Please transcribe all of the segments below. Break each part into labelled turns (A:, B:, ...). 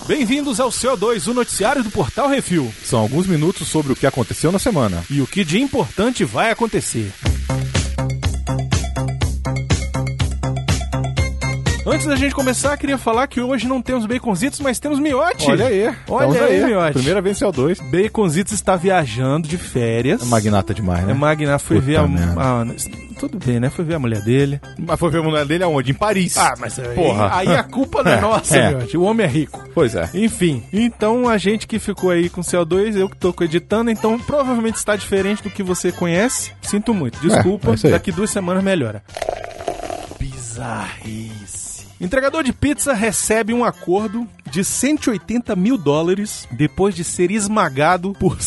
A: Bem-vindos ao CO2, o noticiário do Portal Refil.
B: São alguns minutos sobre o que aconteceu na semana.
A: E o que de importante vai acontecer. Antes da gente começar, queria falar que hoje não temos baconzitos, mas temos miote.
B: Olha aí.
A: Olha aí, miote.
B: Primeira vez em CO2.
A: Baconzitos está viajando de férias.
B: É magnata demais, né?
A: É magnata, foi
B: Puta
A: ver tudo bem, né? Foi ver a mulher dele.
B: Mas foi ver a mulher dele aonde? Em Paris.
A: Ah, mas
B: porra.
A: Aí a culpa não é nossa, miote. O homem é rico.
B: Pois é.
A: Enfim, então a gente que ficou aí com CO2, eu que tô editando, então provavelmente está diferente do que você conhece. Sinto muito, desculpa. Daqui 2 semanas melhora. Bizarrice. Entregador de pizza recebe um acordo de $180 mil depois de ser esmagado por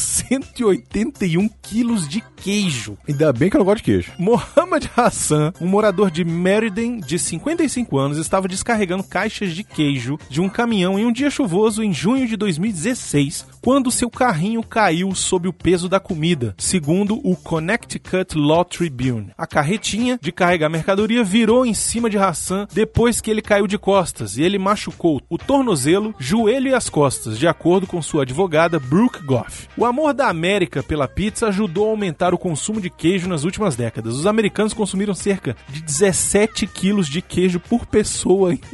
A: 181 quilos de queijo.
B: Ainda bem que eu não gosto de queijo.
A: Mohamed Hassan, um morador de Meriden de 55 anos, estava descarregando caixas de queijo de um caminhão em um dia chuvoso em junho de 2016, quando seu carrinho caiu sob o peso da comida, segundo o Connecticut Law Tribune. A carretinha de carregar mercadoria virou em cima de Hassan depois que ele caiu de costas e ele machucou o tornozelo, joelho e as costas, de acordo com sua advogada Brooke Goff. O amor da América pela pizza ajudou a aumentar o consumo de queijo nas últimas décadas. Os americanos consumiram cerca de 17 quilos de queijo por pessoa em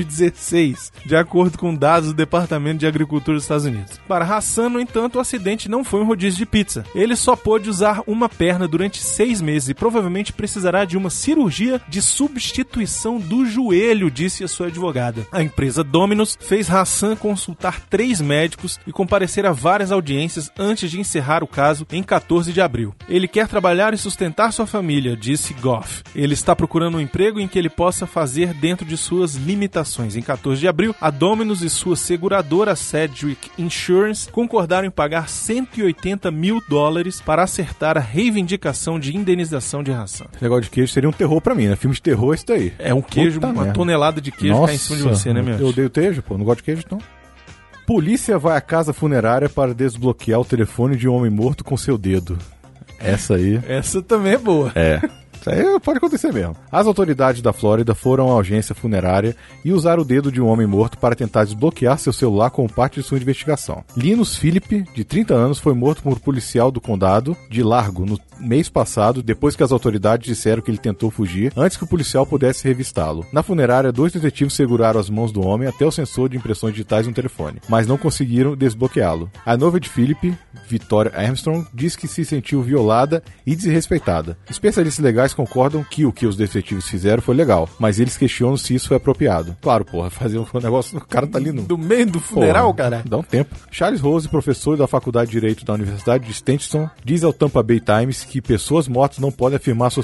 A: 2016, de acordo com dados do Departamento de Agricultura dos Estados Unidos. Para Hassan, no entanto, o acidente não foi um rodízio de pizza. Ele só pôde usar uma perna durante 6 meses e provavelmente precisará de uma cirurgia de substituição do joelho, disse a sua advogada. A empresa Domino's fez Hassan consultar 3 médicos e comparecer a várias audiências antes de encerrar o caso em 14 de abril. Ele quer trabalhar e sustentar sua família, disse Goff. Ele está procurando um emprego em que ele possa fazer dentro de suas limitações. Em 14 de abril, a Domino's e sua seguradora Sedgwick Insurance concordaram em pagar $180 mil para acertar a reivindicação de indenização de Hassan.
B: Esse negócio de queijo seria um terror pra mim, né? Filme de terror é isso daí.
A: É um queijo, uma tonelada de queijo cai em cima de você, né, meu?
B: Eu odeio queijo, pô. Não gosto de queijo, então. Polícia vai à casa funerária para desbloquear o telefone de um homem morto com seu dedo. Essa aí...
A: Essa também é boa.
B: É. Isso aí pode acontecer mesmo. As autoridades da Flórida foram à agência funerária e usaram o dedo de um homem morto para tentar desbloquear seu celular como parte de sua investigação. Linus Philip, de 30 anos, foi morto por um policial do condado de Largo no mês passado, depois que as autoridades disseram que ele tentou fugir antes que o policial pudesse revistá-lo. Na funerária, 2 detetives seguraram as mãos do homem até o sensor de impressões digitais no telefone, mas não conseguiram desbloqueá-lo. A noiva de Philip, Victoria Armstrong, diz que se sentiu violada e desrespeitada. Especialistas legais concordam que o que os detetives fizeram foi legal, mas eles questionam se isso foi apropriado. Claro, porra, fazer um negócio... O cara tá ali no
A: meio do funeral, cara.
B: Dá um tempo. Charles Rose, professor da Faculdade de Direito da Universidade de Stanton, diz ao Tampa Bay Times que pessoas mortas não podem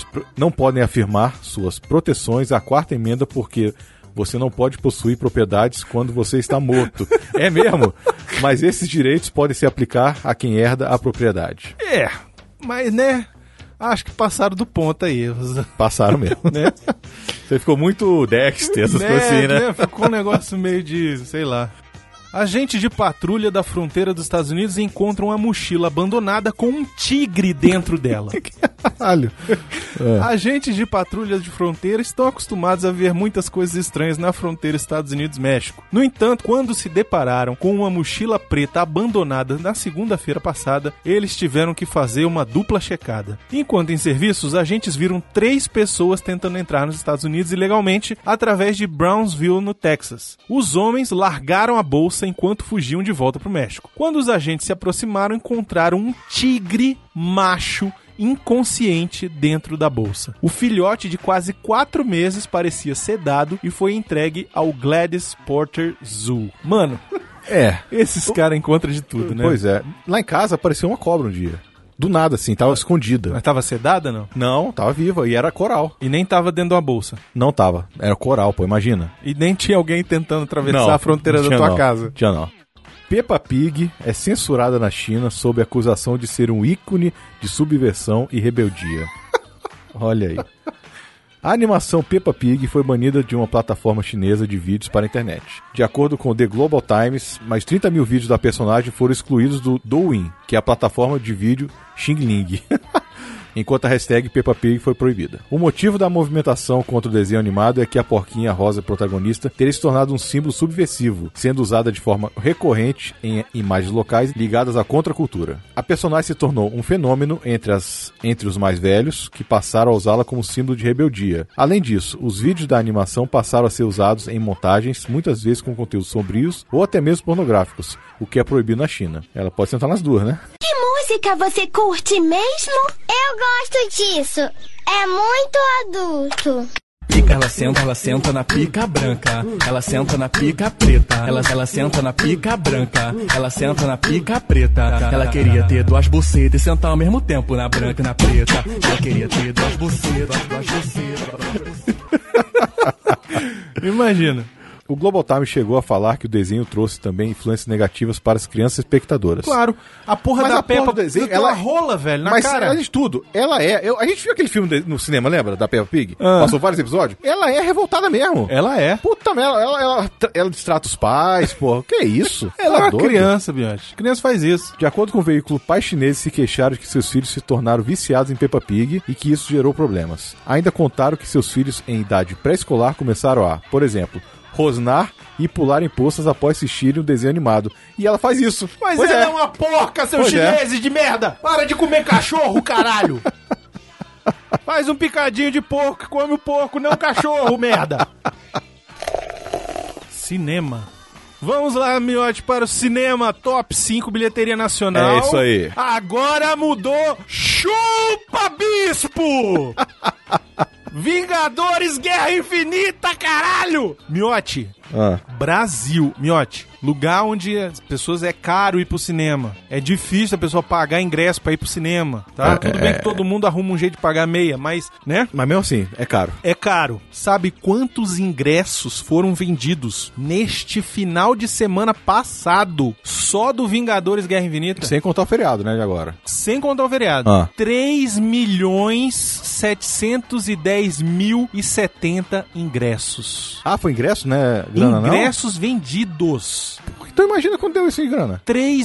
B: afirmar suas proteções à 4ª emenda porque você não pode possuir propriedades quando você está morto. É mesmo? Mas esses direitos podem se aplicar a quem herda a propriedade.
A: Mas, né... Acho que passaram do ponto aí.
B: Passaram mesmo.
A: Né?
B: Você ficou muito Dexter, essas coisas assim, né?
A: Ficou um negócio meio de, sei lá. Agente de patrulha da fronteira dos Estados Unidos encontra uma mochila abandonada com um tigre dentro dela.
B: Caralho.
A: Agentes de patrulha de fronteira estão acostumados a ver muitas coisas estranhas na fronteira Estados Unidos-México. No entanto, quando se depararam com uma mochila preta abandonada na segunda-feira passada, eles tiveram que fazer uma dupla checada. Enquanto em serviço, os agentes viram 3 pessoas tentando entrar nos Estados Unidos ilegalmente através de Brownsville, no Texas. Os homens largaram a bolsa enquanto fugiam de volta para o México. Quando os agentes se aproximaram, encontraram um tigre macho inconsciente dentro da bolsa. O filhote de quase 4 meses parecia sedado e foi entregue ao Gladys Porter Zoo. Mano, esses caras encontram de tudo, né?
B: Pois é. Lá em casa apareceu uma cobra um dia. Do nada, assim, tava escondida.
A: Mas tava sedada, não?
B: Não, tava viva e era coral.
A: E nem tava dentro de uma bolsa?
B: Não tava, era coral, pô, imagina.
A: E nem tinha alguém tentando atravessar a fronteira da tua casa?
B: Tinha não. Peppa Pig é censurada na China sob acusação de ser um ícone de subversão e rebeldia. Olha aí. A animação Peppa Pig foi banida de uma plataforma chinesa de vídeos para a internet. De acordo com o The Global Times, mais 30 mil vídeos da personagem foram excluídos do Douyin, que é a plataforma de vídeo Xing Ling. enquanto a hashtag Peppa Pig foi proibida. O motivo da movimentação contra o desenho animado é que a porquinha rosa protagonista teria se tornado um símbolo subversivo, sendo usada de forma recorrente em imagens locais ligadas à contracultura. A personagem se tornou um fenômeno entre os mais velhos, que passaram a usá-la como símbolo de rebeldia. Além disso, os vídeos da animação passaram a ser usados em montagens, muitas vezes com conteúdos sombrios ou até mesmo pornográficos, o que é proibido na China. Ela pode sentar nas duas, né?
C: Que música você curte mesmo? Eu gosto disso. É muito adulto.
D: Ela senta na pica branca. Ela senta na pica preta. Ela senta na pica branca. Ela senta na pica preta. Ela queria ter duas bucetas e sentar ao mesmo tempo na branca e na preta. Ela queria ter duas bucetas.
A: Imagina.
B: O Global Time chegou a falar que o desenho trouxe também influências negativas para as crianças espectadoras.
A: Claro, a porra
B: Mas
A: da
B: a porra
A: Peppa
B: do desenho,
A: ela rola, velho, na
B: mas
A: cara.
B: além de tudo, ela é... a gente viu aquele filme no cinema, lembra? Da Peppa Pig?
A: Ah.
B: Passou vários episódios. Ela é revoltada mesmo.
A: Ela é.
B: Puta merda, ela distrata os pais, porra. Que é isso?
A: Ela é uma
B: doido?
A: criança, Biote. Criança faz isso.
B: De acordo com o veículo, pais chineses se queixaram de que seus filhos se tornaram viciados em Peppa Pig e que isso gerou problemas. Ainda contaram que seus filhos em idade pré-escolar começaram a, por exemplo, rosnar e pular em poças após assistirem o desenho animado. E ela faz isso.
A: Mas
B: Pois
A: ela é uma porca, seus
B: Pois é.
A: chineses de merda! Para de comer cachorro, caralho! Faz um picadinho de porco, come o porco, não cachorro, merda! Cinema. Vamos lá, Miote, para o cinema. Top 5 bilheteria nacional.
B: É isso aí.
A: Agora mudou. Chupa, bispo! Vingadores Guerra Infinita, caralho! Miote, Brasil. Miote, lugar onde as pessoas é caro ir pro cinema. É difícil a pessoa pagar ingresso pra ir pro cinema, tá? Tudo bem que todo mundo arruma um jeito de pagar meia, mas, né?
B: Mas mesmo assim, é caro.
A: É caro. Sabe quantos ingressos foram vendidos neste final de semana passado só do Vingadores Guerra Infinita?
B: Sem contar o feriado, né, de agora.
A: Sem contar o feriado. 3.710.070 ingressos.
B: Ah, foi ingresso, né? Grana,
A: Ingressos vendidos.
B: não? Então imagina quanto deu isso em grana.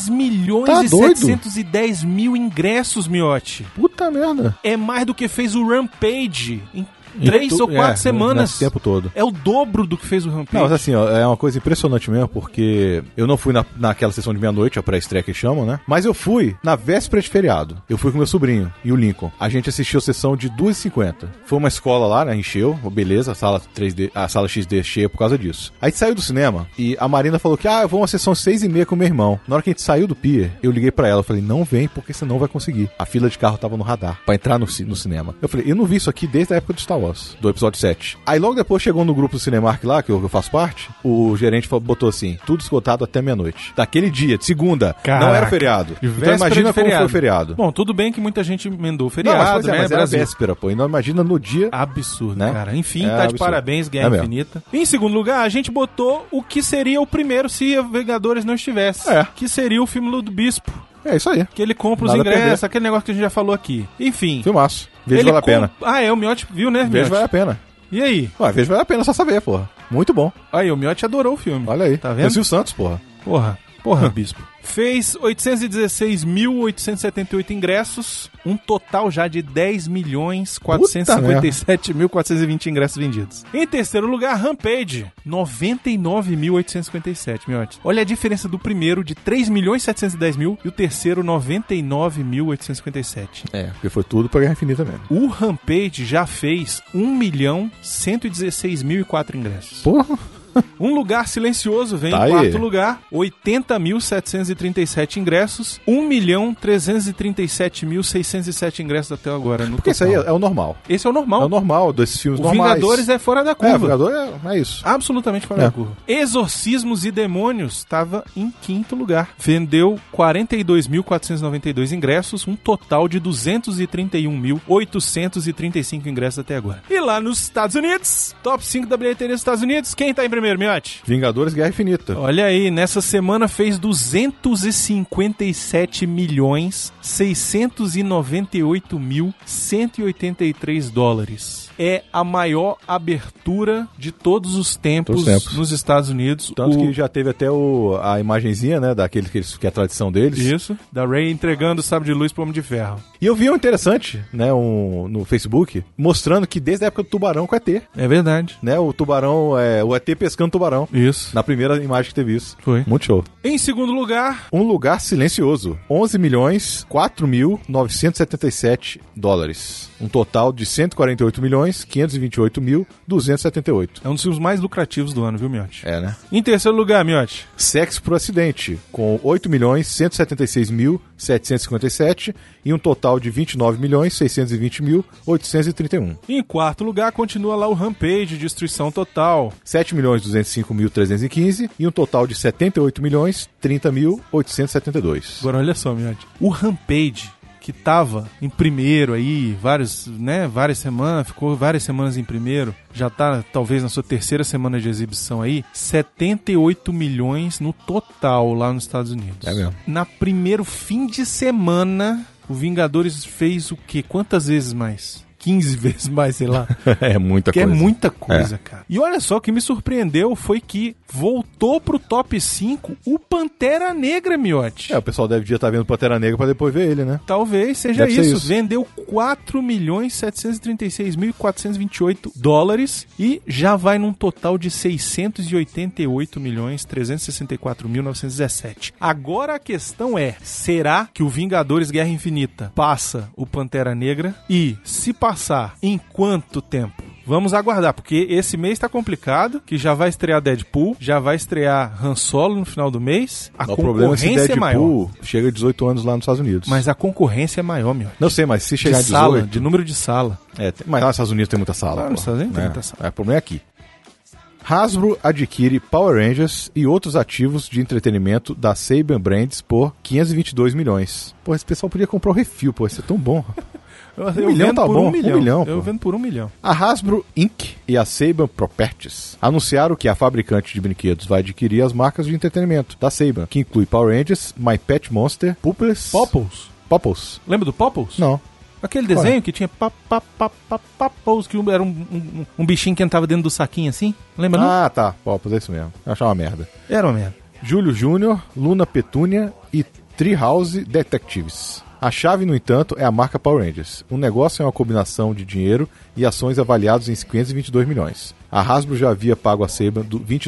A: 3.710.000 ingressos, Miote.
B: Puta merda.
A: É mais do que fez o Rampage em 3 ou 4 semanas.
B: Nesse tempo todo.
A: É o dobro do que fez o Rampage.
B: Não, mas assim, ó, é uma coisa impressionante mesmo, porque eu não fui naquela sessão de meia-noite, a pré-estreia que chamam, né? Mas eu fui na véspera de feriado. Eu fui com meu sobrinho e o Lincoln. A gente assistiu a sessão de 2h50. Foi uma escola lá, né? Encheu, beleza, a sala 3D, a sala XD cheia por causa disso. Aí a gente saiu do cinema e a Marina falou que, eu vou uma sessão 6h30 com meu irmão. Na hora que a gente saiu do pier, eu liguei pra ela, eu falei, não vem, porque você não vai conseguir. A fila de carro tava no radar pra entrar no cinema. Eu falei, eu não vi isso aqui desde a época do Star Wars, do episódio 7. Aí logo depois chegou no grupo do Cinemark lá, que eu faço parte, o gerente botou assim, tudo esgotado até meia-noite. Daquele dia, de segunda,
A: Caraca.
B: não era feriado. Então imagina como foi o feriado.
A: Bom, tudo bem que muita gente emendou o
B: Não,
A: feriado,
B: mas era
A: Brasil?
B: véspera, pô. Então imagina no dia...
A: Absurdo,
B: Né?
A: cara. Enfim,
B: É
A: tá de
B: absurdo.
A: parabéns, Guerra
B: mesmo.
A: Infinita. Em segundo lugar, a gente botou o que seria o primeiro se Vingadores não estivesse.
B: É.
A: Que seria o filme do Bispo.
B: É isso aí.
A: Que ele compra os
B: Nada a
A: ingressos,
B: perder.
A: aquele negócio que a gente já falou aqui. Enfim.
B: Filmaço. Vejo
A: ele
B: vale a pena.
A: o Miotti viu, né,
B: Vejo
A: Miotti?
B: vale a pena.
A: E aí?
B: Ué, vejo vale a pena só saber, porra. Muito bom.
A: Aí, o Miotti adorou o filme.
B: Olha aí.
A: Tá vendo?
B: Eu o Santos, porra.
A: Porra, Bispo. Fez 816.878 ingressos, um total já de 10.457.420 ingressos vendidos. Em terceiro lugar, Rampage, 99.857, Miotti. Olha a diferença do primeiro de 3.710.000 e o terceiro 99.857.
B: É, porque foi tudo pra Guerra Infinita mesmo.
A: O Rampage já fez 1.116.004 ingressos.
B: Porra.
A: Um Lugar Silencioso vem
B: Tá
A: em
B: aí.
A: quarto lugar, 80.737 ingressos, 1.337.607 ingressos até agora.
B: Porque isso aí é o normal.
A: Esse é o normal.
B: É o normal desses filmes
A: O
B: normais.
A: Vingadores é fora da
B: É,
A: curva.
B: o Vingador é isso.
A: Absolutamente fora
B: É.
A: da curva. Exorcismos e Demônios estava em quinto lugar. Vendeu 42.492 ingressos, um total de 231.835 ingressos até agora. E lá nos Estados Unidos, top 5 da bilheteria dos Estados Unidos, quem tá em primeiro primeiro, Miotti?
B: Vingadores Guerra Infinita.
A: Olha aí, nessa semana fez 257.698.183 dólares. É a maior abertura de todos os tempos nos Estados Unidos.
B: Tanto que já teve até a imagenzinha, né, daquele que é a tradição deles.
A: Isso, da Rey entregando o sabre de luz pro Homem de Ferro.
B: E eu vi um interessante, né, no Facebook, mostrando que desde a época do tubarão com o ET.
A: É verdade.
B: Né, o tubarão, o ET pescando tubarão.
A: Isso.
B: Na primeira imagem que teve isso.
A: Foi.
B: Muito show.
A: Em segundo lugar...
B: Um lugar silencioso. 11.004.977 dólares. Um total de 148.528.278.
A: É um dos filmes mais lucrativos do ano, viu, Miotti?
B: É, né?
A: Em terceiro lugar, Miotti.
B: Sexo por Acidente, com 8.176.757 e um total de 29.620.831.
A: Em quarto lugar, continua lá o Rampage, Destruição Total.
B: 7.205.315 e um total de 78.030.872.
A: Agora olha só, Miotti. O Rampage, que tava em primeiro aí, várias semanas, ficou várias semanas em primeiro, já tá talvez na sua terceira semana de exibição aí, 78 milhões no total lá nos Estados Unidos.
B: É mesmo.
A: Na primeiro fim de semana, o Vingadores fez o quê? Quantas vezes mais? 15 vezes mais, sei lá.
B: É muita coisa.
A: É muita coisa, cara. E olha só, o que me surpreendeu foi que voltou pro top 5 o Pantera Negra, Miotti.
B: O pessoal deve estar vendo Pantera Negra pra depois ver ele, né?
A: Talvez seja isso. Vendeu 4.736.428 dólares e já vai num total de 688.364.917. Agora a questão é, será que o Vingadores Guerra Infinita passa o Pantera Negra? E se passar, em quanto tempo? Vamos aguardar, porque esse mês tá complicado, que já vai estrear Deadpool, já vai estrear Han Solo no final do mês. A concorrência é maior.
B: Deadpool chega a 18 anos lá nos Estados Unidos.
A: Mas a concorrência é maior, meu.
B: Não sei, mas se chegar a 18...
A: sala, de número de sala.
B: Mas lá nos Estados Unidos tem muita sala.
A: Lá nos Estados Unidos tem muita sala.
B: O problema é aqui. Hasbro adquire Power Rangers e outros ativos de entretenimento da Saban Brands por 522 milhões. Pô, esse pessoal podia comprar o refil, pô, isso é tão bom.
A: Eu
B: milhão tá bom,
A: 1 milhão.
B: Pô.
A: Eu vendo por 1 milhão.
B: A Hasbro Inc. e a Saban Properties anunciaram que a fabricante de brinquedos vai adquirir as marcas de entretenimento da Saban, que inclui Power Rangers, My Pet Monster, Pooples... Popples.
A: Lembra do Popples?
B: Não.
A: Aquele desenho que tinha Popples, que era um bichinho que entrava dentro do saquinho assim? Lembra, não?
B: Ah, tá. Popples, é isso mesmo. Eu achava uma merda.
A: Era uma merda.
B: Júlio Júnior, Luna Petúnia e Treehouse Detectives. A chave, no entanto, é a marca Power Rangers. O negócio é uma combinação de dinheiro e ações avaliados em 522 milhões. A Hasbro já havia pago a Saban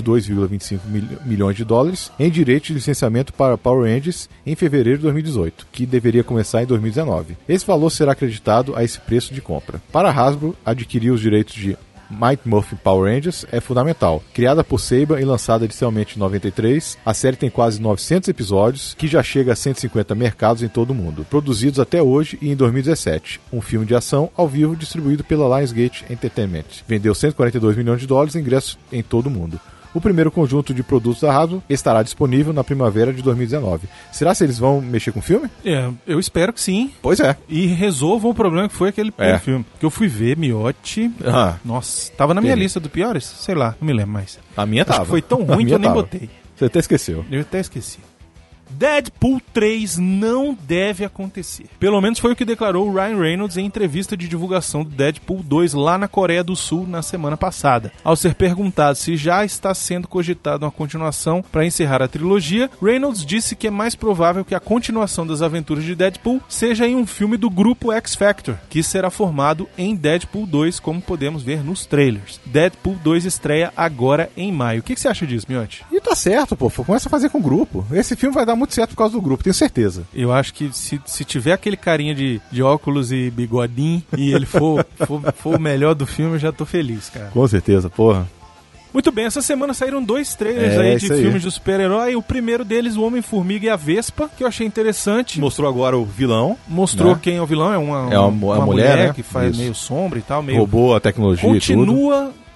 B: 22,25 milhões de dólares em direito de licenciamento para Power Rangers em fevereiro de 2018, que deveria começar em 2019. Esse valor será acreditado a esse preço de compra. Para a Hasbro, adquirir os direitos de Mighty Morphin Power Rangers é fundamental. Criada por Saban e lançada inicialmente em 93, a série tem quase 900 episódios, que já chega a 150 mercados em todo o mundo, produzidos até hoje e em 2017. Um filme de ação ao vivo distribuído pela Lionsgate Entertainment. Vendeu 142 milhões de dólares em ingressos em todo o mundo. O primeiro conjunto de produtos da Hasbro estará disponível na primavera de 2019. Será que eles vão mexer com o filme?
A: Eu espero que sim.
B: Pois é.
A: E resolvam o problema que foi aquele filme. Que eu fui ver, Miotti. Nossa, tava na minha lista do piores? Sei lá, não me lembro mais.
B: A minha tava.
A: Acho que foi tão ruim que eu nem botei.
B: Você até esqueceu.
A: Eu até esqueci. Deadpool 3 não deve acontecer. Pelo menos foi o que declarou o Ryan Reynolds em entrevista de divulgação do Deadpool 2 lá na Coreia do Sul na semana passada. Ao ser perguntado se já está sendo cogitado uma continuação para encerrar a trilogia, Reynolds disse que é mais provável que a continuação das aventuras de Deadpool seja em um filme do grupo X Factor, que será formado em Deadpool 2, como podemos ver nos trailers. Deadpool 2 estreia agora em maio. O que você acha disso, Miotti?
B: E tá certo, pô. Começa a fazer com o grupo. Esse filme vai dar muito certo por causa do grupo, tenho certeza.
A: Eu acho que se tiver aquele carinha de óculos e bigodinho e ele for o melhor do filme, eu já tô feliz, cara.
B: Com certeza, porra.
A: Muito bem, essa semana saíram 2 trailers de filmes de super-herói. O primeiro deles, o Homem-Formiga e a Vespa, que eu achei interessante.
B: Mostrou agora o vilão.
A: Mostrou quem é o vilão, é uma mulher, né? Que faz meio sombra e tal. Meio...
B: Roubou a tecnologia
A: Continua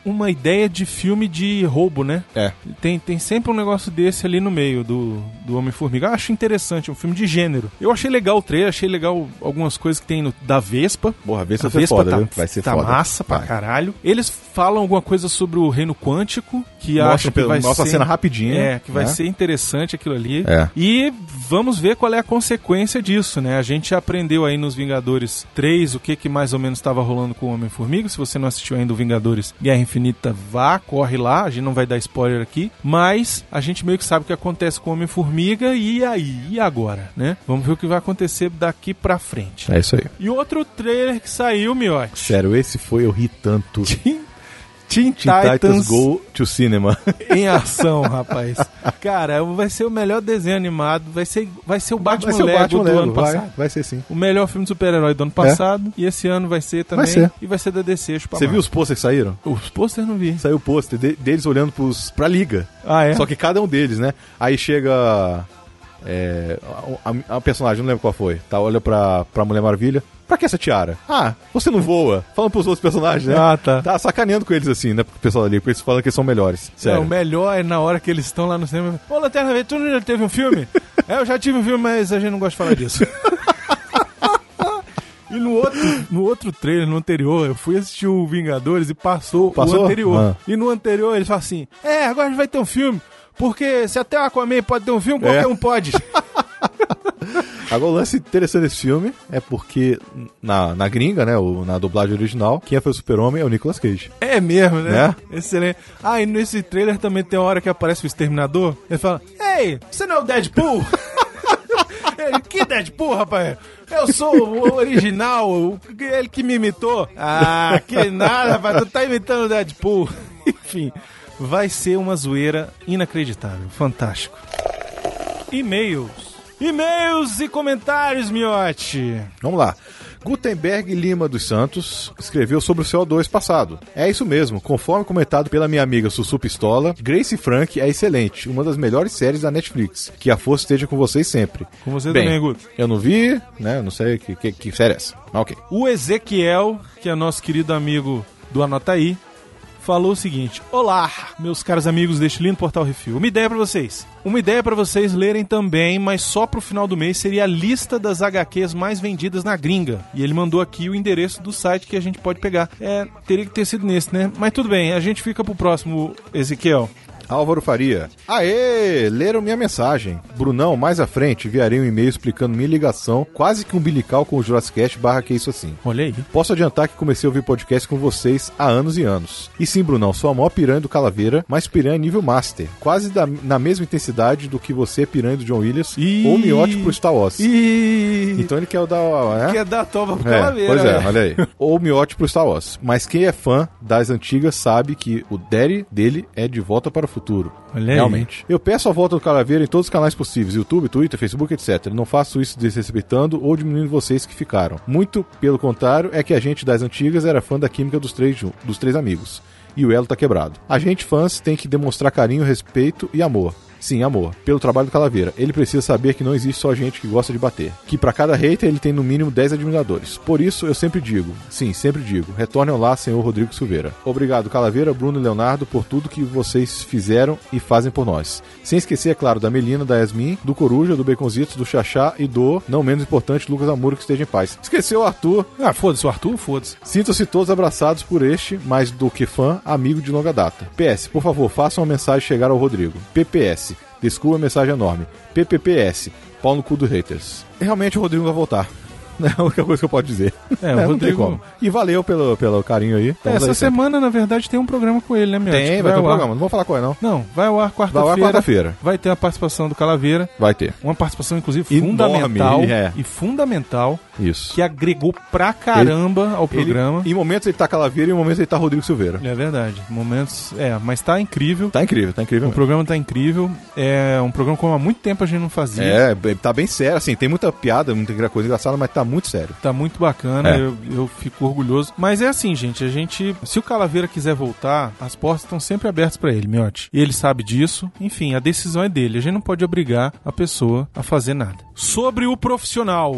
A: uma ideia de filme de roubo, né?
B: É.
A: Tem sempre um negócio desse ali no meio do Homem-Formiga. Eu acho interessante, é um filme de gênero. Eu achei legal o trailer, achei legal algumas coisas que tem da Vespa.
B: Porra, a Vespa vai ser foda, viu? Vai ser
A: tá
B: foda.
A: Massa pra caralho. Eles falam alguma coisa sobre o Reino Quântico, que acho que vai ser...
B: Mostra a cena rapidinho.
A: Que vai ser interessante aquilo ali.
B: É.
A: E vamos ver qual é a consequência disso, né? A gente aprendeu aí nos Vingadores 3 o que mais ou menos estava rolando com o Homem-Formiga. Se você não assistiu ainda o Vingadores Guerra Infinita, corre lá. A gente não vai dar spoiler aqui. Mas a gente meio que sabe o que acontece com o Homem-Formiga. E aí? E agora, né? Vamos ver o que vai acontecer daqui pra frente.
B: É isso aí.
A: E outro trailer que saiu, Miotti.
B: Sério, esse foi, eu ri tanto.
A: Teen Titans
B: Go to Cinema.
A: Em ação, rapaz. Cara, vai ser o melhor desenho animado. Vai ser o Batman Lego do ano passado.
B: Vai ser sim.
A: O melhor filme de super-herói do ano passado. E esse ano vai ser também.
B: Vai ser.
A: E vai ser da DC.
B: Você viu os posters que saíram?
A: Os posters não vi.
B: Saiu o pôster deles olhando pra Liga.
A: Ah, é?
B: Só que cada um deles, né? Aí chega... a personagem, não lembro qual foi. Tá, olha pra Mulher Maravilha. Pra que essa tiara? Ah, você não voa. Falando pros outros personagens, né?
A: Ah, tá.
B: Tá sacaneando com eles assim, né? Pro pessoal ali, porque eles falam que eles são melhores. Sério.
A: Não, o melhor é na hora que eles estão lá no cinema. Ô, Lanterna Verde, tu já teve um filme? Eu já tive um filme, mas a gente não gosta de falar disso. E no outro trailer, no anterior, eu fui assistir o Vingadores e passou? O anterior. E no anterior eles falam assim, agora a gente vai ter um filme, porque se até o Aquaman pode ter um filme, qualquer um pode.
B: Agora, o lance interessante desse filme é porque na gringa, né, na dublagem original, quem foi o Super-Homem é o Nicolas Cage.
A: É mesmo, né? Excelente. Ah, e nesse trailer também tem uma hora que aparece o Exterminador. Ele fala, ei, você não é o Deadpool? Ele, que Deadpool, rapaz? Eu sou o original, ele que me imitou. Ah, que nada, rapaz, tu tá imitando o Deadpool. Enfim, vai ser uma zoeira inacreditável, fantástico. E-mails e comentários, Miotti.
B: Vamos lá. Gutenberg Lima dos Santos escreveu sobre o CO2 passado. É isso mesmo, conforme comentado pela minha amiga Sussu Pistola, Grace Frank é excelente, uma das melhores séries da Netflix. Que a força esteja com vocês sempre.
A: Com você também, Guto.
B: Eu não vi, né? Eu não sei que série é essa. Ok.
A: O Ezequiel, que é nosso querido amigo do Anotaí, falou o seguinte: olá, meus caros amigos deste lindo Portal Refil. Uma ideia pra vocês lerem também, mas só pro final do mês, seria a lista das HQs mais vendidas na gringa. E ele mandou aqui o endereço do site que a gente pode pegar. Teria que ter sido nesse, né? Mas tudo bem, a gente fica pro próximo, Ezequiel.
B: Álvaro Faria. Aê, leram minha mensagem. Brunão, mais à frente, enviarei um e-mail explicando minha ligação quase que umbilical com o Jurassic Cast / que isso assim.
A: Olha aí.
B: Posso adiantar que comecei a ouvir podcast com vocês há anos e anos. E sim, Brunão, sou a maior piranha do Calaveira, mas piranha nível Master. Quase na mesma intensidade do que você é piranha do John Williams ou miote pro Star Wars. Então ele quer dar...
A: Quer dar a tova pro Calaveira.
B: Pois é, olha aí. Ou miote pro Star Wars. Mas quem é fã das antigas sabe que o daddy dele é De Volta para o Futuro.
A: Olha
B: realmente.
A: Aí.
B: Eu peço a volta do Calaveira em todos os canais possíveis, YouTube, Twitter, Facebook, etc. Não faço isso desrespeitando ou diminuindo vocês que ficaram. Muito pelo contrário, é que a gente das antigas era fã da química dos três amigos. E o elo tá quebrado. A gente, fãs, tem que demonstrar carinho, respeito e amor. Sim, amor, pelo trabalho do Calaveira. Ele precisa saber que não existe só gente que gosta de bater. Que pra cada hater ele tem no mínimo 10 admiradores. Por isso eu sempre digo, retornem lá, senhor Rodrigo Silveira. Obrigado, Calaveira, Bruno e Leonardo, por tudo que vocês fizeram e fazem por nós. Sem esquecer, é claro, da Melina, da Yasmin, do Coruja, do Baconzitos, do Xaxá e do, não menos importante, Lucas Amuro, que esteja em paz. Esqueceu o Arthur.
A: Ah, foda-se, o Arthur, foda-se.
B: Sintam-se todos abraçados por este, mais do que fã, amigo de longa data. PS, por favor, façam uma mensagem chegar ao Rodrigo. PPS. Desculpa a mensagem enorme. PPPS. Pau no cu dos haters. Realmente o Rodrigo vai voltar. É a única coisa que eu posso dizer.
A: O Rodrigo...
B: Não tem como. E valeu pelo carinho aí.
A: Essa semana, na verdade, tem um programa com ele, né, meu?
B: Tem, vai ter um programa. Não vou falar qual é, não.
A: Não, vai ao ar quarta-feira. Vai ter a participação do Calaveira.
B: Vai ter.
A: Uma participação, inclusive, fundamental.
B: E
A: fundamental.
B: Isso.
A: Que agregou pra caramba ao programa.
B: Em momentos ele tá Calaveira e em momentos ele tá Rodrigo Silveira.
A: É verdade. Momentos... mas tá incrível.
B: Tá incrível.
A: O programa tá incrível. É um programa como há muito tempo a gente não fazia.
B: Tá bem sério. Assim, tem muita piada, muita coisa engraçada, mas tá muito sério.
A: Tá muito bacana, eu fico orgulhoso. Mas é assim, gente, se o Calaveira quiser voltar, as portas estão sempre abertas pra ele, Miotti. E ele sabe disso. Enfim, a decisão é dele. A gente não pode obrigar a pessoa a fazer nada. Sobre o profissional,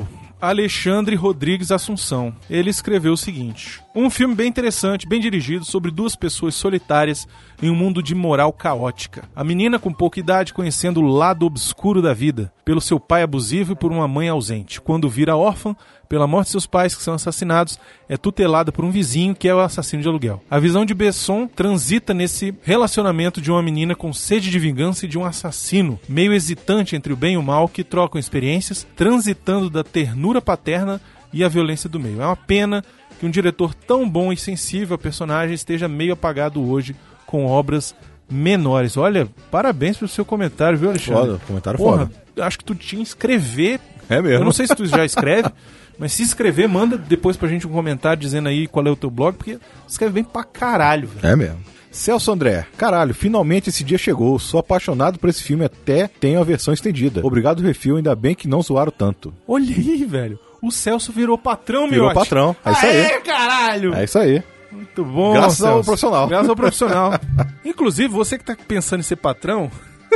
A: Alexandre Rodrigues Assunção. Ele escreveu o seguinte: um filme bem interessante, bem dirigido, sobre duas pessoas solitárias em um mundo de moral caótica. A menina com pouca idade conhecendo o lado obscuro da vida, pelo seu pai abusivo e por uma mãe ausente. Quando vira órfã, pela morte de seus pais que são assassinados, é tutelada por um vizinho que é o assassino de aluguel. A visão de Besson transita nesse relacionamento de uma menina com sede de vingança e de um assassino, meio hesitante entre o bem e o mal, que trocam experiências, transitando da ternura paterna e a violência do meio. É uma pena que um diretor tão bom e sensível a personagem esteja meio apagado hoje com obras menores. Olha, parabéns pelo seu comentário, viu, Alexandre?
B: Foda, comentário foda.
A: Acho que tu tinha que escrever.
B: É mesmo.
A: Eu não sei se tu já escreve, mas se escrever, manda depois pra gente um comentário dizendo aí qual é o teu blog, porque escreve bem pra caralho, velho.
B: É mesmo. Celso André, caralho, finalmente esse dia chegou. Sou apaixonado por esse filme, até tenho a versão estendida. Obrigado, Refil, ainda bem que não zoaram tanto.
A: Olha aí, velho. O Celso virou patrão,
B: Virou
A: miote.
B: patrão, é isso aí.
A: Caralho!
B: É isso aí.
A: Muito bom,
B: Graças ao
A: Celso.
B: profissional.
A: Graças ao profissional. Inclusive, você que tá pensando em ser patrão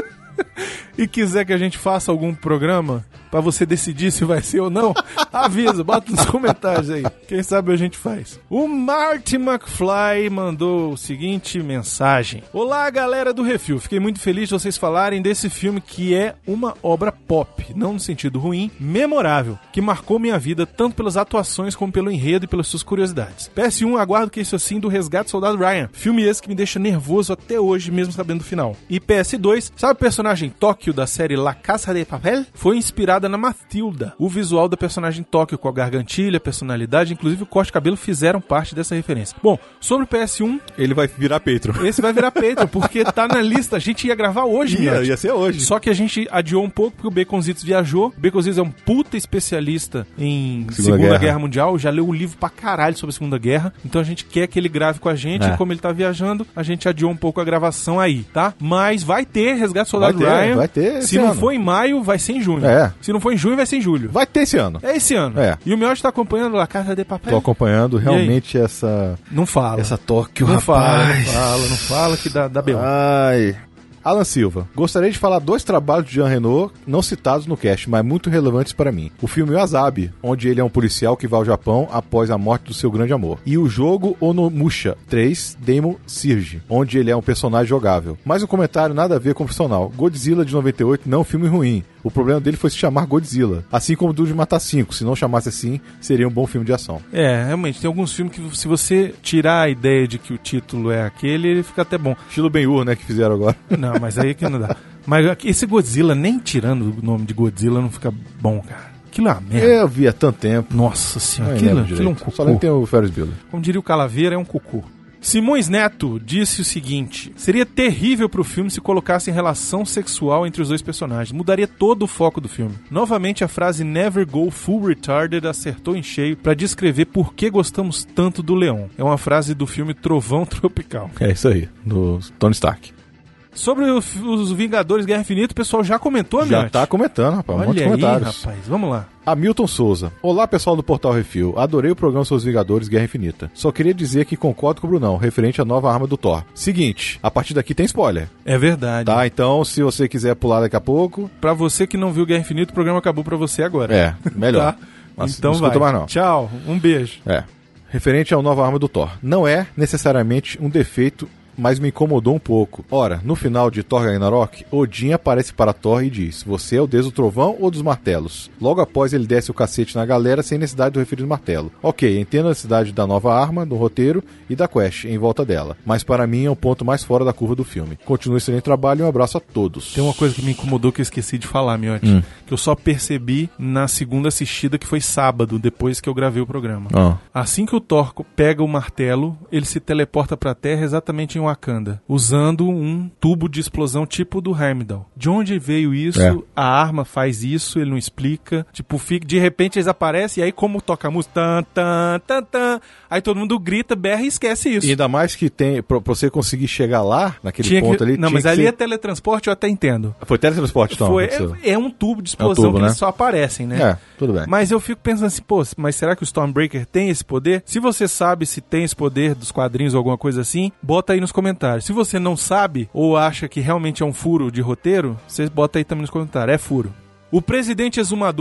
A: e quiser que a gente faça algum programa pra você decidir se vai ser ou não, avisa, bota nos comentários aí. Quem sabe a gente faz. O Marty McFly mandou o seguinte mensagem: olá, galera do Refil. Fiquei muito feliz de vocês falarem desse filme que é uma obra pop, não no sentido ruim, memorável, que marcou minha vida tanto pelas atuações como pelo enredo e pelas suas curiosidades. PS1, aguardo que isso assim do Resgate do Soldado Ryan. Filme esse que me deixa nervoso até hoje, mesmo sabendo do final. E PS2, sabe o personagem Tóquio da série La Casa de Papel? Foi inspirada na Matilda. O visual da personagem Tóquio, com a gargantilha, a personalidade, inclusive o corte de cabelo, fizeram parte dessa referência. Bom, sobre o PS1...
B: Ele vai virar Patreon.
A: Esse vai virar Patreon, porque tá na lista. A gente ia gravar hoje,
B: Ia ser hoje.
A: Só que a gente adiou um pouco, porque o Baconzitos viajou. O Baconzitos é um puta especialista em Segunda Guerra Mundial. Já leu o livro pra caralho sobre a Segunda Guerra. Então a gente quer que ele grave com a gente. E como ele tá viajando, a gente adiou um pouco a gravação aí, tá? Mas vai ter Resgate do Soldado Ryan.
B: Vai ter.
A: Se não for em maio, vai ser em junho. Se não for em junho, vai ser em julho.
B: Vai ter esse ano.
A: É esse ano. E o Miotti tá acompanhando La Casa de Papel?
B: Tô acompanhando realmente essa...
A: Não fala.
B: Essa Tóquio,
A: não
B: rapaz.
A: Não fala que dá B.O.
B: Ai... Alan Silva, gostaria de falar 2 trabalhos de Jean Reno não citados no cast, mas muito relevantes para mim. O filme Wasabi, onde ele é um policial que vai ao Japão após a morte do seu grande amor. E o jogo Onimusha 3, Demon Surge, onde ele é um personagem jogável. Mas um comentário nada a ver com o profissional. Godzilla de 98 não é um filme ruim. O problema dele foi se chamar Godzilla. Assim como o Duro de Matar 5. Se não chamasse assim, seria um bom filme de ação.
A: Realmente, tem alguns filmes que se você tirar a ideia de que o título é aquele, ele fica até bom.
B: Estilo Ben-Hur, né, que fizeram agora.
A: Não, mas aí é que não dá. Mas esse Godzilla, nem tirando o nome de Godzilla, não fica bom, cara. Aquilo é uma merda.
B: Eu vi há tanto tempo.
A: Nossa senhora, aquilo é um cocô.
B: Só nem tem o Ferris Bueller.
A: Como diria o Calaveira, é um cocô. Simões Neto disse o seguinte: seria terrível pro filme se colocasse em relação sexual entre os dois personagens. Mudaria todo o foco do filme. Novamente a frase Never Go Full Retarded acertou em cheio pra descrever por que gostamos tanto do Leon. É uma frase do filme Trovão Tropical.
B: É isso aí, do Tony Stark.
A: Sobre os Vingadores Guerra Infinita, o pessoal já comentou,
B: Já tá comentando, rapaz.
A: Olha
B: um monte de
A: aí,
B: comentários.
A: rapaz, vamos lá.
B: Hamilton Souza. Olá, pessoal do Portal Refil. Adorei o programa sobre os Vingadores Guerra Infinita. Só queria dizer que concordo com o Brunão, referente à nova arma do Thor. Seguinte, a partir daqui tem spoiler.
A: É verdade.
B: Tá, então se você quiser pular daqui a pouco...
A: Pra você que não viu Guerra Infinita, o programa acabou pra você agora.
B: Melhor.
A: Tá?
B: Mas
A: então
B: não
A: vai.
B: escuta mais não.
A: Tchau, um beijo.
B: Referente à nova arma do Thor. Não é necessariamente um defeito, mas me incomodou um pouco. Ora, no final de Thor Ragnarok, Odin aparece para Thor e diz: você é o deus do trovão ou dos martelos? Logo após ele desce o cacete na galera sem necessidade do referido martelo. Ok, entendo a necessidade da nova arma, do roteiro e da quest em volta dela, mas para mim é um ponto mais fora da curva do filme. Continue excelente trabalho e um abraço a todos.
A: Tem uma coisa que me incomodou que eu esqueci de falar, Miotti, que eu só percebi na segunda assistida, que foi sábado, depois que eu gravei o programa. Assim que o Thor pega o martelo, ele se teleporta pra Terra exatamente em Wakanda, usando um tubo de explosão tipo do Heimdall. De onde veio isso? A arma faz isso, ele não explica. Tipo, de repente eles aparecem e aí como toca a música, tan, tan, tan, tan, aí todo mundo grita, berra e esquece isso.
B: E ainda mais que tem, pra você conseguir chegar lá, naquele ponto ali...
A: Não, mas ali é teletransporte, eu até entendo.
B: Foi teletransporte, então?
A: É um tubo de explosão que eles só aparecem, né?
B: Tudo bem.
A: Mas eu fico pensando assim, pô, mas será que o Stormbreaker tem esse poder? Se você sabe se tem esse poder dos quadrinhos ou alguma coisa assim, bota aí nos comentários. Se você não sabe ou acha que realmente é um furo de roteiro, você bota aí também nos comentários. É furo. O presidente exumador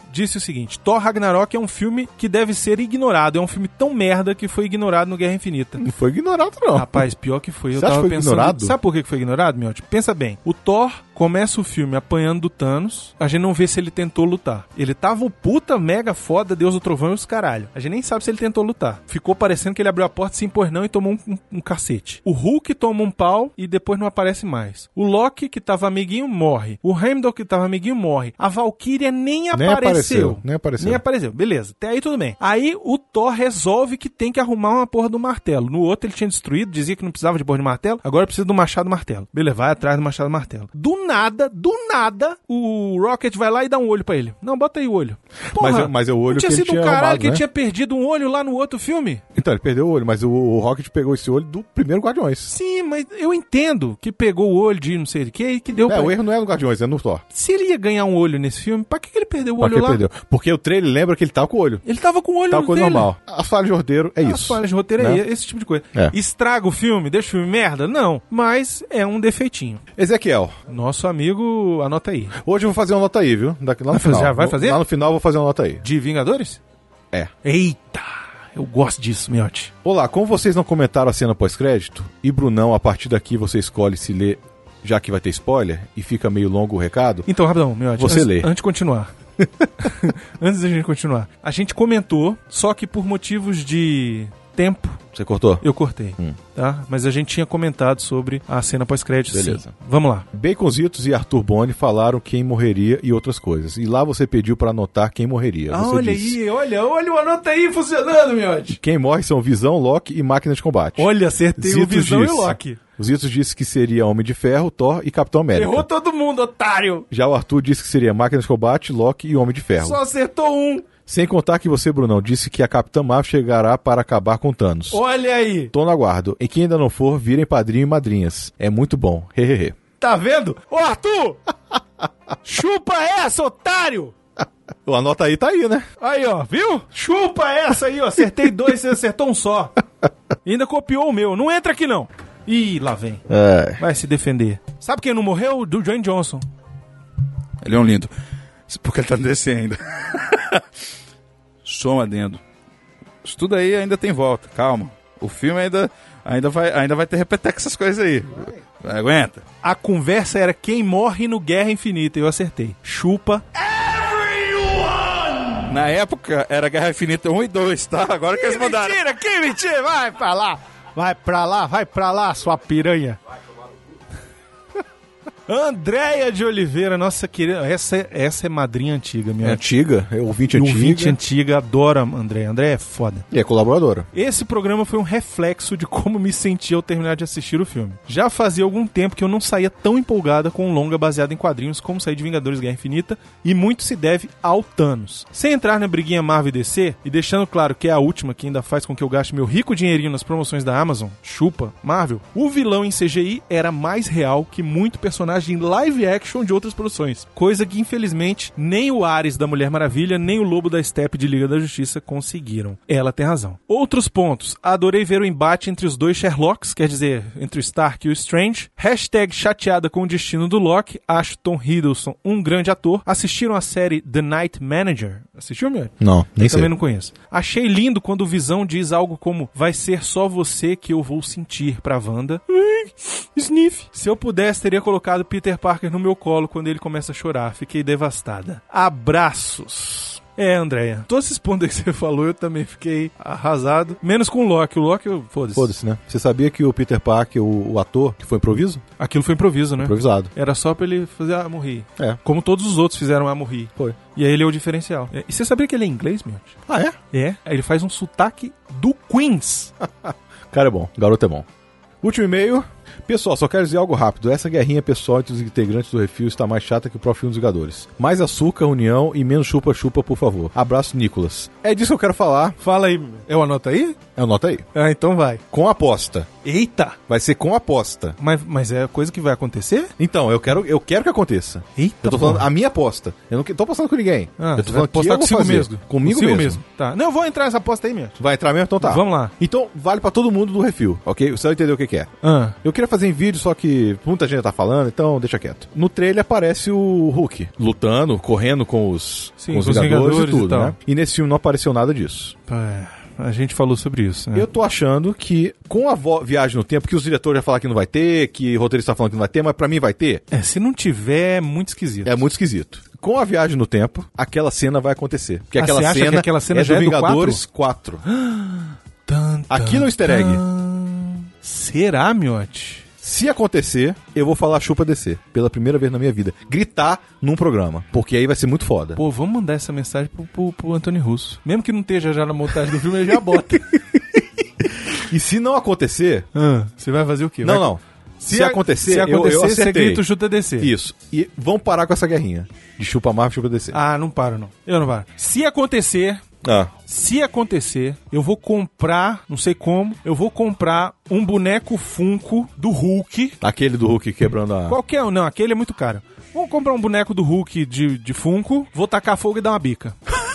A: disse o seguinte: Thor Ragnarok é um filme que deve ser ignorado. É um filme tão merda que foi ignorado no Guerra Infinita.
B: Não foi ignorado, não.
A: Rapaz, pior que foi. Eu
B: Você acha
A: tava
B: que foi
A: pensando...
B: ignorado?
A: Sabe por que foi ignorado, Miotti? Pensa bem. O Thor começa o filme apanhando do Thanos. A gente não vê se ele tentou lutar. Ele tava o puta mega foda, Deus do Trovão e os caralho. A gente nem sabe se ele tentou lutar. Ficou parecendo que ele abriu a porta, se impôs não e tomou um cacete. O Hulk toma um pau e depois não aparece mais. O Loki, que tava amiguinho, morre. O Heimdall, que tava amiguinho, morre. A Valkyria nem apareceu.
B: Nem apareceu.
A: Beleza. Até aí tudo bem. Aí o Thor resolve que tem que arrumar uma porra do martelo. No outro ele tinha destruído, dizia que não precisava de porra de martelo. Agora precisa do machado martelo. Beleza, vai atrás do machado martelo. Do nada, o Rocket vai lá e dá um olho pra ele. Não, bota aí o olho. Porra,
B: mas é o olho que ele
A: tinha
B: tinha
A: sido um caralho
B: roubado,
A: que
B: né?
A: tinha perdido um olho lá no outro filme?
B: Então, ele perdeu o olho, mas o Rocket pegou esse olho do primeiro Guardiões.
A: Sim, mas eu entendo que pegou o olho de não sei de que e que deu pra...
B: O erro não é no Guardiões, é no Thor.
A: Se ele ia ganhar um olho nesse filme, pra que ele perdeu o olho
B: Pra que
A: lá?
B: perdeu? Porque o trailer lembra que ele tava com o olho.
A: Ele tava com o olho
B: Tava com o olho
A: dele.
B: normal. As falhas de roteiro é isso.
A: As falhas de roteiro
B: né?
A: é esse tipo de coisa.
B: É.
A: Estraga o filme, deixa o filme merda? Não, mas é um defeitinho.
B: Ezequiel,
A: Nosso amigo, anota aí.
B: hoje eu vou fazer uma nota aí, viu? Lá no final.
A: Já vai fazer?
B: Lá no final eu vou fazer uma nota aí.
A: De Vingadores?
B: É.
A: Eita, eu gosto disso, Miotti.
B: Olá, como vocês não comentaram a cena pós-crédito, e Brunão, a partir daqui você escolhe se lê, já que vai ter spoiler, e fica meio longo o recado.
A: Então, rapidão, Miotti.
B: Você lê.
A: Antes de continuar. Antes da gente continuar. A gente comentou, só que por motivos de tempo,
B: Você cortou?
A: eu cortei, tá? Mas a gente tinha comentado sobre a cena pós-crédito,
B: Beleza.
A: sim. Vamos lá.
B: Baconzitos e Arthur Boni falaram quem morreria e outras coisas. E lá você pediu pra anotar quem morreria. Você
A: olha
B: disse.
A: aí, olha o anota aí funcionando, Miotti.
B: Quem morre são Visão, Loki e Máquina de Combate.
A: Olha, acertei o Visão e o Loki.
B: O Zitos disse que seria Homem de Ferro, Thor e Capitão América.
A: Errou todo mundo, otário.
B: Já o Arthur disse que seria Máquina de Combate, Loki e Homem de Ferro.
A: Só acertou um.
B: Sem contar que você, Brunão, disse que a Capitã Marvel chegará para acabar com Thanos.
A: Olha aí.
B: Tô no aguardo. E quem ainda não for, virem padrinho e madrinhas. É muito bom. Hehehe.
A: Tá vendo? Ô, Arthur! Chupa essa, otário!
B: O anota aí tá aí, né?
A: Aí, ó, viu? Chupa essa aí, ó. Acertei dois, você acertou um só. E ainda copiou o meu. Não entra aqui, não. Ih, lá vem.
B: É.
A: Vai se defender. Sabe quem não morreu? Do Dwayne Johnson.
E: Ele é um lindo. Porque ele tá descendo. Soma adendo. Isso tudo aí ainda tem volta, calma. O filme ainda vai ter repeteco essas coisas aí. Aguenta.
A: A conversa era quem morre no Guerra Infinita. Eu acertei. Chupa.
E: Na época era Guerra Infinita 1 e 2, tá? Agora que eles mandaram.
A: Mentira, que mentira. Vai pra lá. Vai pra lá, sua piranha. Andréia de Oliveira, nossa querida. Essa é madrinha antiga, minha.
B: É antiga, é ouvinte antiga.
A: Ouvinte antiga, adora a Andréia. Andréia é foda.
B: E é colaboradora.
A: Esse programa foi um reflexo de como me senti ao terminar de assistir o filme. Já fazia algum tempo que eu não saía tão empolgada com um longa baseado em quadrinhos como saí de Vingadores Guerra Infinita, e muito se deve ao Thanos. Sem entrar na briguinha Marvel e DC, e deixando claro que é a última que ainda faz com que eu gaste meu rico dinheirinho nas promoções da Amazon, chupa, Marvel, o vilão em CGI era mais real que muito personagem live action de outras produções. Coisa que, infelizmente, nem o Ares da Mulher Maravilha, nem o Lobo da Steppe de Liga da Justiça conseguiram. Ela tem razão. Outros pontos. Adorei ver o embate entre os dois Sherlocks, quer dizer, entre o Stark e o Strange. Hashtag chateada com o destino do Loki. Acho Tom Hiddleston um grande ator. Assistiram a série The Night Manager? Assistiu, meu?
B: Não, nem
A: Eu
B: sei.
A: também não conheço. Achei lindo quando o Visão diz algo como: vai ser só você que eu vou sentir pra Wanda. Sniff. Se eu pudesse, teria colocado Peter Parker no meu colo quando ele começa a chorar. Fiquei devastada. Abraços. Andréia, todos esses pontos que você falou, eu também fiquei arrasado. Menos com o Loki. O Loki, foda-se.
B: Foda-se, né? Você sabia que o Peter Parker, o ator, que foi improviso?
A: Aquilo foi improviso, né?
B: Improvisado.
A: Era só pra ele fazer morrer.
B: É.
A: Como todos os outros fizeram morrer.
B: Foi.
A: E aí ele é o diferencial. E você sabia que ele é inglês, meu?
B: Ah, é?
A: É. Ele faz um sotaque do Queens.
B: Cara é bom, garoto é bom. Último e-mail. Pessoal, só quero dizer algo rápido. Essa guerrinha pessoal entre os integrantes do Refil está mais chata que o próprio filme dos Vingadores. Mais açúcar, união e menos chupa-chupa, por favor. Abraço, Nicolas. É disso que eu quero falar.
A: Fala aí. Eu anoto aí?
B: Anota aí.
A: Ah, então vai.
B: Com aposta.
A: Eita!
B: Vai ser com aposta.
A: Mas é coisa que vai acontecer?
B: Então, eu quero que aconteça.
A: Eita,
B: eu tô falando a minha aposta. Eu não tô apostando com ninguém. Eu tô falando que eu vou
A: consigo
B: fazer.
A: mesmo.
B: Comigo mesmo.
A: Tá. Não, eu vou entrar nessa aposta aí mesmo.
B: Vai entrar mesmo? Então tá.
A: Vamos lá.
B: Então, vale pra todo mundo do Refil, ok? Você vai entender o que é.
A: Ah.
B: Eu queria queria fazer em vídeo, só que muita gente tá falando, então deixa quieto. No trailer aparece o Hulk lutando, correndo com os Vingadores e tudo, né? E nesse filme não apareceu nada disso.
A: A gente falou sobre isso, né?
B: Eu tô achando que com a viagem no tempo, que os diretores já falaram que não vai ter, que o roteirista tá falando que não vai ter, mas pra mim vai ter.
A: Se não tiver, é muito esquisito.
B: É muito esquisito. Com a viagem no tempo, aquela cena vai acontecer. Porque
A: você acha que aquela cena já
B: do
A: é do
B: Vingadores 4. Aqui no easter egg.
A: Será, Miotti?
B: Se acontecer, eu vou falar chupa descer. Pela primeira vez na minha vida. Gritar num programa. Porque aí vai ser muito foda.
A: Pô, vamos mandar essa mensagem pro Antônio Russo. Mesmo que não esteja já na montagem do filme, ele já bota.
B: E se não acontecer...
A: você vai fazer o quê?
B: Não. Se acontecer, eu acertei.
A: Você grita o chuta descer.
B: Isso. E vamos parar com essa guerrinha. De chupa Marvel, chupa descer.
A: Não paro, não. Eu não paro. Se acontecer... Se acontecer, eu vou comprar, não sei como, eu vou comprar um boneco Funko do Hulk.
B: Aquele do Hulk quebrando a...
A: Qualquer um, não, aquele é muito caro. Vou comprar um boneco do Hulk de Funko, vou tacar fogo e dar uma bica.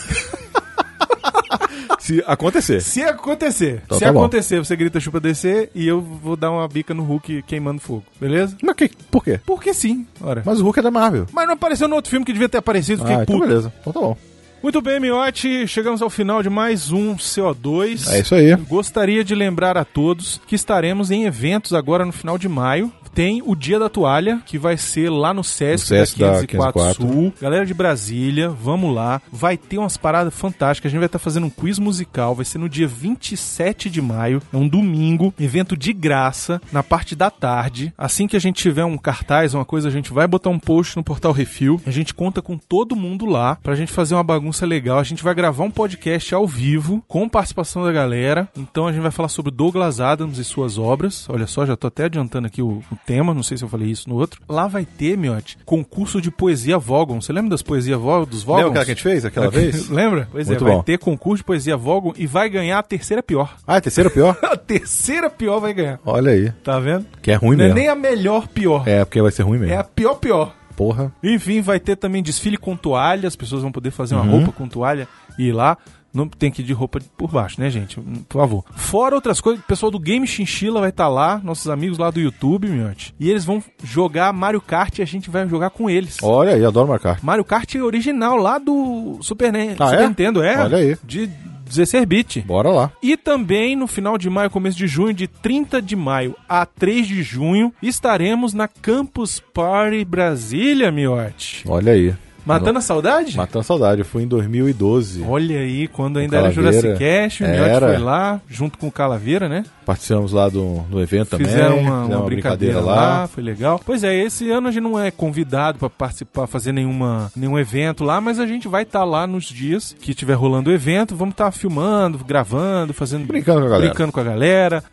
B: Se acontecer.
A: Se acontecer.
B: Então
A: se acontecer, você grita chupa descer e eu vou dar uma bica no Hulk queimando fogo, beleza?
B: Mas por quê?
A: Porque sim, ora.
B: Mas o Hulk é da Marvel.
A: Mas não apareceu no outro filme que devia ter aparecido, fiquei
B: então
A: puto.
B: beleza. Então tá bom.
A: Muito bem, Miotti, chegamos ao final de mais um CO2.
B: É isso aí.
A: Gostaria de lembrar a todos que estaremos em eventos agora no final de maio. Tem o Dia da Toalha, que vai ser lá no Sesc da 504 Sul. Galera de Brasília, vamos lá. Vai ter umas paradas fantásticas. A gente vai estar fazendo um quiz musical. Vai ser no dia 27 de maio. É um domingo. Evento de graça, na parte da tarde. Assim que a gente tiver um cartaz, uma coisa, a gente vai botar um post no Portal Refil. A gente conta com todo mundo lá pra gente fazer uma bagunça legal. A gente vai gravar um podcast ao vivo, com participação da galera. Então a gente vai falar sobre Douglas Adams e suas obras. Olha só, já tô até adiantando aqui o tema, não sei se eu falei isso no outro. Lá vai ter, Miotti, concurso de poesia Vogon. Você lembra das poesias dos Vogons?
B: Lembra aquela que a gente fez aquela vez?
A: Lembra? Pois muito vai ter concurso de poesia Vogon e vai ganhar a terceira pior.
B: A terceira pior?
A: A terceira pior vai ganhar.
B: Olha aí.
A: Tá vendo?
B: Que é ruim
A: não
B: mesmo.
A: Não é nem a melhor pior.
B: É, porque vai ser ruim mesmo.
A: É a pior.
B: Porra.
A: Enfim, vai ter também desfile com toalha. As pessoas vão poder fazer uma roupa com toalha e ir lá. Não tem que ir de roupa por baixo, né, gente? Por favor. Fora outras coisas, o pessoal do Game Chinchilla vai estar lá, nossos amigos lá do YouTube, Miotti. E eles vão jogar Mario Kart e a gente vai jogar com eles.
B: Olha aí, adoro Mario Kart.
A: Mario Kart original lá do Super Nintendo, é?
B: Olha aí.
A: De 16-bit.
B: Bora lá.
A: E também no final de maio, começo de junho, de 30 de maio a 3 de junho, estaremos na Campus Party Brasília, Miotti.
B: Olha aí.
A: Matando a saudade?
B: Matando a saudade, eu fui em 2012.
A: Olha aí, quando ainda era Jurassic Cast, o Miotti foi lá, junto com o Calaveira, né?
B: Participamos lá do evento também.
A: Fizeram uma brincadeira lá, foi legal. Pois é, esse ano a gente não é convidado pra participar, fazer nenhum evento lá, mas a gente vai estar lá nos dias que estiver rolando o evento, vamos estar filmando, gravando, fazendo... Brincando com a galera,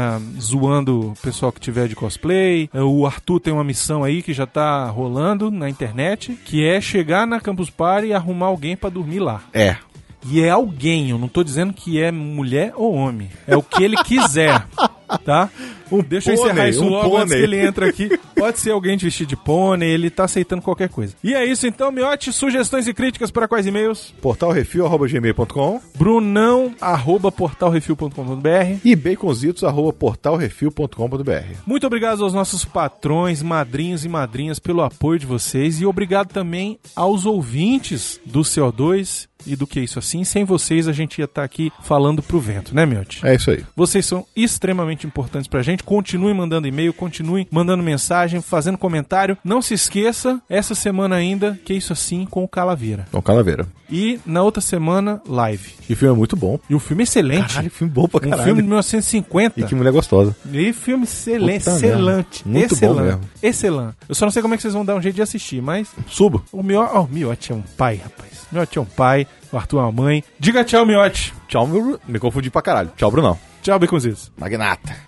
A: zoando o pessoal que tiver de cosplay. O Arthur tem uma missão aí que já tá rolando na internet, que é chegar na Campus Party e arrumar alguém pra dormir lá.
B: É.
A: E é alguém, eu não tô dizendo que é mulher ou homem. É o que ele quiser, tá? Deixa eu encerrar isso logo antes que ele entra aqui. Pode ser alguém de vestido de pônei, ele tá aceitando qualquer coisa. E é isso então, Miotti. Sugestões e críticas para quais e-mails?
B: portalrefil@gmail.com,
A: brunão@portalrefil.com.br
B: e baconzitos@portalrefil.com.br.
A: Muito obrigado aos nossos patrões, madrinhos e madrinhas pelo apoio de vocês e obrigado também aos ouvintes do CO2 e do Que Isso Assim. Sem vocês a gente ia estar aqui falando pro vento, né, Miotti?
B: É isso aí.
A: Vocês são extremamente importantes pra gente. Continuem mandando e-mail, continuem mandando mensagem, fazendo comentário. Não se esqueça, essa semana ainda, Que Isso Assim com o Calaveira.
B: Com o Calaveira.
A: E na outra semana, live.
B: E o filme é muito bom.
A: E o filme é excelente.
B: Caralho, filme bom pra caralho.
A: Um filme de 1950.
B: E que mulher gostosa.
A: E filme excelente.
B: Puta
A: excelente.
B: Muito
A: excelente.
B: bom mesmo.
A: Excelente. Eu só não sei como é que vocês vão dar um jeito de assistir, mas...
B: Subo.
A: O Miotti é um pai, rapaz. O Miotti é um pai, o Arthur é uma mãe. Diga tchau, Miotti.
B: Tchau, me confundi pra caralho. Tchau, Brunão.
A: Tchau, Baconzitos.
B: Magnata.